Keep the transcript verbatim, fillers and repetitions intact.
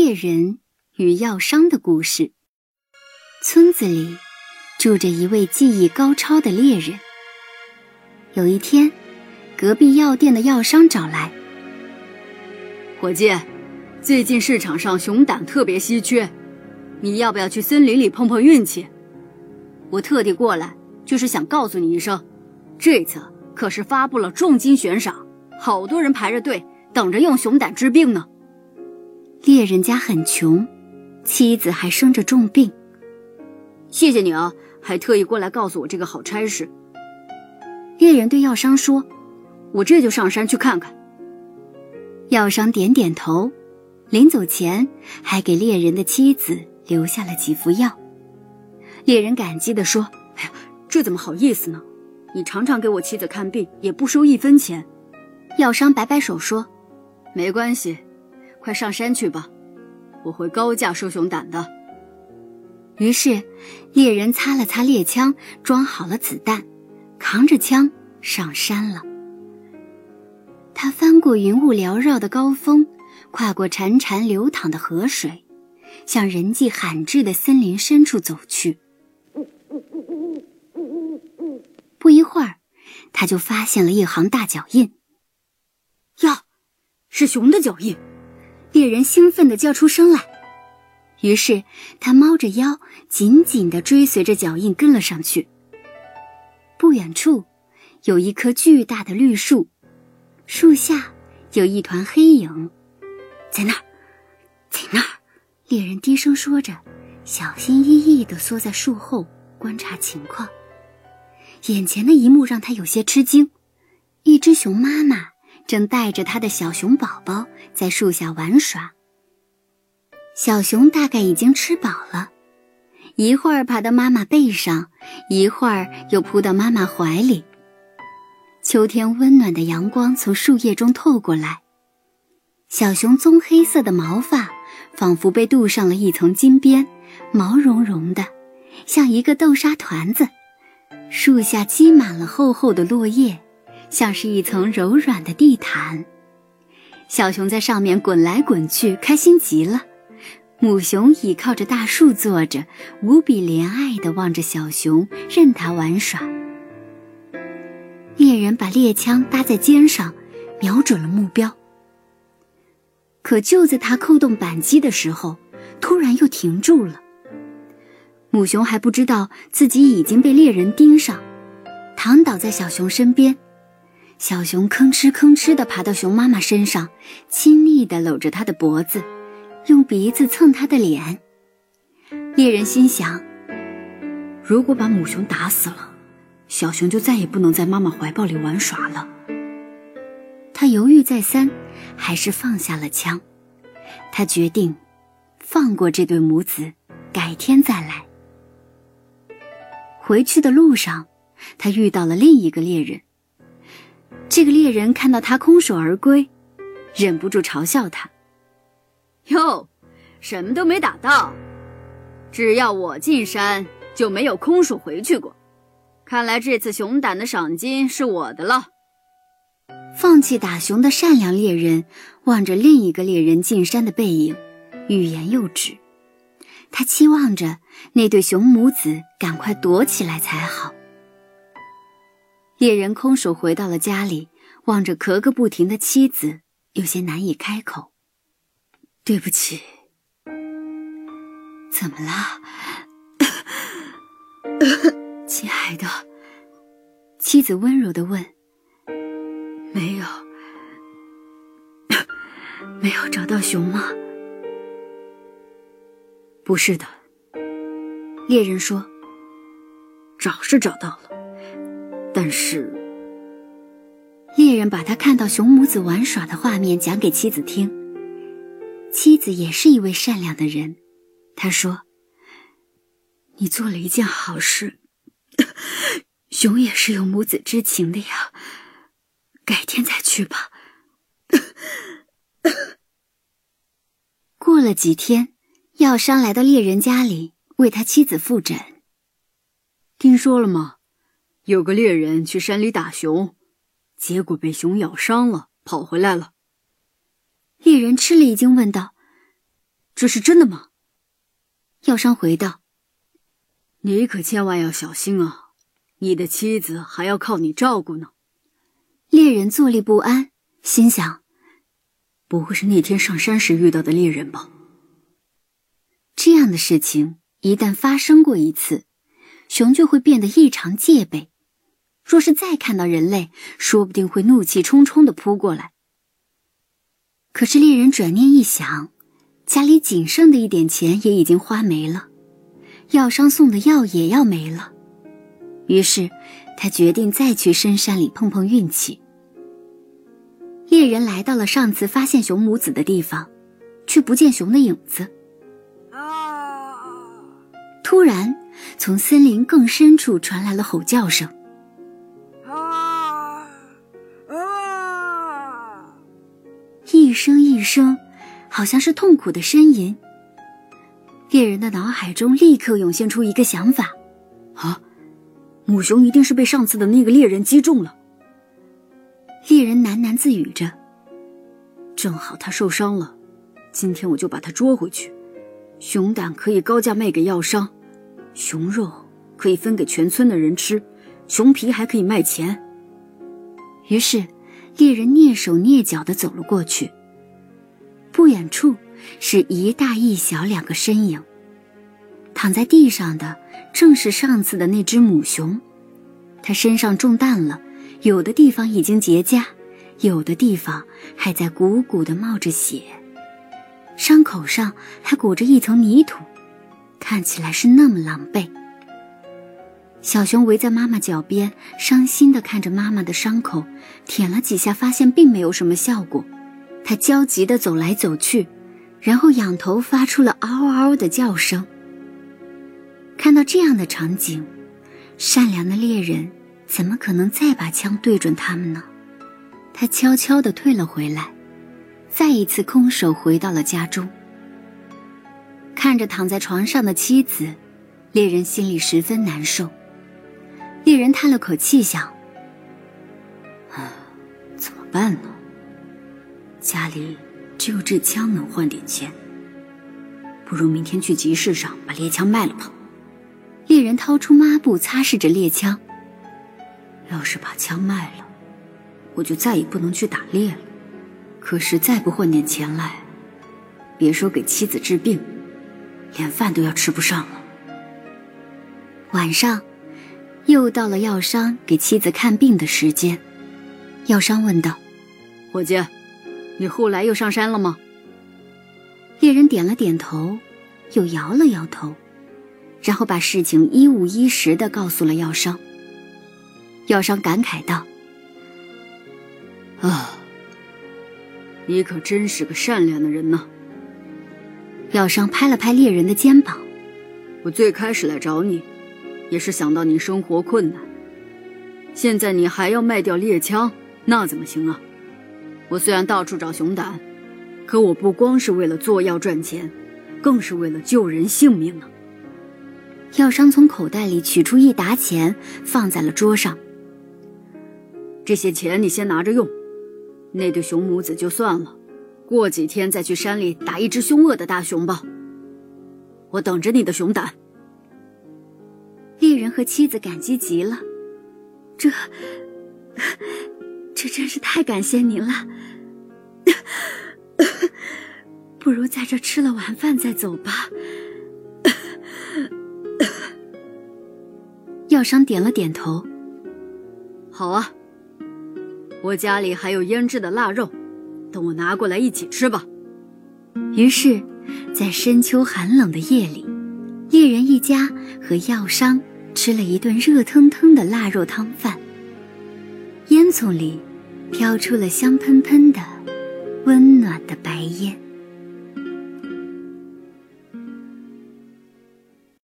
猎人与药商的故事。村子里住着一位技艺高超的猎人。有一天，隔壁药店的药商找来： 伙计，最近市场上熊胆特别稀缺，你要不要去森林里碰碰运气？我特地过来就是想告诉你一声，这次可是发布了重金悬赏，好多人排着队等着用熊胆治病呢。 猎人家很穷，妻子还生着重病。 谢谢你啊，还特意过来告诉我这个好差事。 猎人对药商说： 我这就上山去看看。 药商点点头，临走前还给猎人的妻子留下了几副药。猎人感激地说： 哎呀，这怎么好意思呢？你常常给我妻子看病，也不收一分钱。 药商摆摆手说： 没关系，快上山去吧，我会高价收熊胆的。 于是猎人擦了擦猎枪，装好了子弹，扛着枪上山了。他翻过云雾缭绕的高峰，跨过潺潺流淌的河水，向人迹罕至的森林深处走去。不一会儿，他就发现了一行大脚印。 呀，是熊的脚印！ 猎人兴奋地叫出声来。于是他猫着腰，紧紧地追随着脚印跟了上去。不远处有一棵巨大的绿树，树下有一团黑影。在那儿，在那儿！猎人低声说着，小心翼翼地缩在树后观察情况。眼前的一幕让他有些吃惊，一只熊妈妈正带着她的小熊宝宝在树下玩耍。小熊大概已经吃饱了，一会儿爬到妈妈背上，一会儿又扑到妈妈怀里。秋天温暖的阳光从树叶中透过来，小熊棕黑色的毛发仿佛被镀上了一层金边，毛茸茸的，像一个豆沙团子。树下积满了厚厚的落叶，像是一层柔软的地毯。小熊在上面滚来滚去，开心极了。母熊倚靠着大树坐着，无比怜爱地望着小熊，任它玩耍。猎人把猎枪搭在肩上，瞄准了目标。可就在他扣动扳机的时候，突然又停住了。母熊还不知道自己已经被猎人盯上，躺倒在小熊身边。小熊吭哧吭哧地爬到熊妈妈身上，亲昵地搂着她的脖子，用鼻子蹭她的脸。猎人心想， 如果把母熊打死了，小熊就再也不能在妈妈怀抱里玩耍了。 他犹豫再三，还是放下了枪。他决定放过这对母子，改天再来。回去的路上，他遇到了另一个猎人。这个猎人看到他空手而归，忍不住嘲笑他： 哟，什么都没打到，只要我进山，就没有空手回去过。看来这次熊胆的赏金是我的了。 放弃打熊的善良猎人望着另一个猎人进山的背影，欲言又止。他期望着那对熊母子赶快躲起来才好。猎人空手回到了家里，望着咳个不停的妻子，有些难以开口：对不起。怎么了？亲爱的，妻子温柔地问。 没有，没有找到熊吗？不是的， 猎人说。 找是找到了，但是…… 猎人把他看到熊母子玩耍的画面讲给妻子听。妻子也是一位善良的人，他说：你做了一件好事，熊也是有母子之情的呀，改天再去吧。过了几天，药商来到猎人家里，为他妻子复诊。 听说了吗？有个猎人去山里打熊，结果被熊咬伤了，跑回来了。 猎人吃了一惊，问道： 这是真的吗？ 药商回道： 你可千万要小心啊，你的妻子还要靠你照顾呢。 猎人坐立不安，心想， 不会是那天上山时遇到的猎人吧？ 这样的事情一旦发生过一次，熊就会变得异常戒备，若是再看到人类，说不定会怒气冲冲地扑过来。可是猎人转念一想，家里仅剩的一点钱也已经花没了，药商送的药也要没了，于是他决定再去深山里碰碰运气。猎人来到了上次发现熊母子的地方，却不见熊的影子。突然，从森林更深处传来了吼叫声。一声一声，好像是痛苦的呻吟。猎人的脑海中立刻涌现出一个想法： 啊，母熊一定是被上次的那个猎人击中了。 猎人喃喃自语着： 正好他受伤了，今天我就把他捉回去。熊胆可以高价卖给药商，熊肉可以分给全村的人吃，熊皮还可以卖钱。 于是猎人蹑手蹑脚地走了过去。不远处是一大一小两个身影，躺在地上的正是上次的那只母熊。它身上中弹了，有的地方已经结痂，有的地方还在鼓鼓地冒着血，伤口上还裹着一层泥土，看起来是那么狼狈。小熊围在妈妈脚边，伤心地看着妈妈的伤口，舔了几下，发现并没有什么效果。它焦急地走来走去，然后仰头发出了嗷嗷的叫声。看到这样的场景，善良的猎人怎么可能再把枪对准他们呢？他悄悄地退了回来，再一次空手回到了家中。看着躺在床上的妻子，猎人心里十分难受。猎人叹了口气，想： 啊，怎么办呢？家里只有这枪能换点钱，不如明天去集市上把猎枪卖了吧。 猎人掏出抹布擦拭着猎枪。 要是把枪卖了，我就再也不能去打猎了。可是再不换点钱来，别说给妻子治病，连饭都要吃不上了。 晚上又到了药商给妻子看病的时间。药商问道： 伙计，你后来又上山了吗？ 猎人点了点头，又摇了摇头，然后把事情一五一十地告诉了药商。药商感慨道： 啊，你可真是个善良的人呢。 药商拍了拍猎人的肩膀： 我最开始来找你，也是想到你生活困难，现在你还要卖掉猎枪，那怎么行啊？我虽然到处找熊胆，可我不光是为了做药赚钱，更是为了救人性命呢。 药商从口袋里取出一沓钱，放在了桌上。 这些钱你先拿着用，那对熊母子就算了，过几天再去山里打一只凶恶的大熊吧。我等着你的熊胆。 猎人和妻子感激极了，这这真是太感谢您了，不如在这吃了晚饭再走吧。药商点了点头： 好啊，我家里还有腌制的腊肉，等我拿过来一起吃吧。 于是在深秋寒冷的夜里，猎人一家和药商吃了一顿热腾腾的腊肉汤饭，烟囱里飘出了香喷喷的温暖的白烟。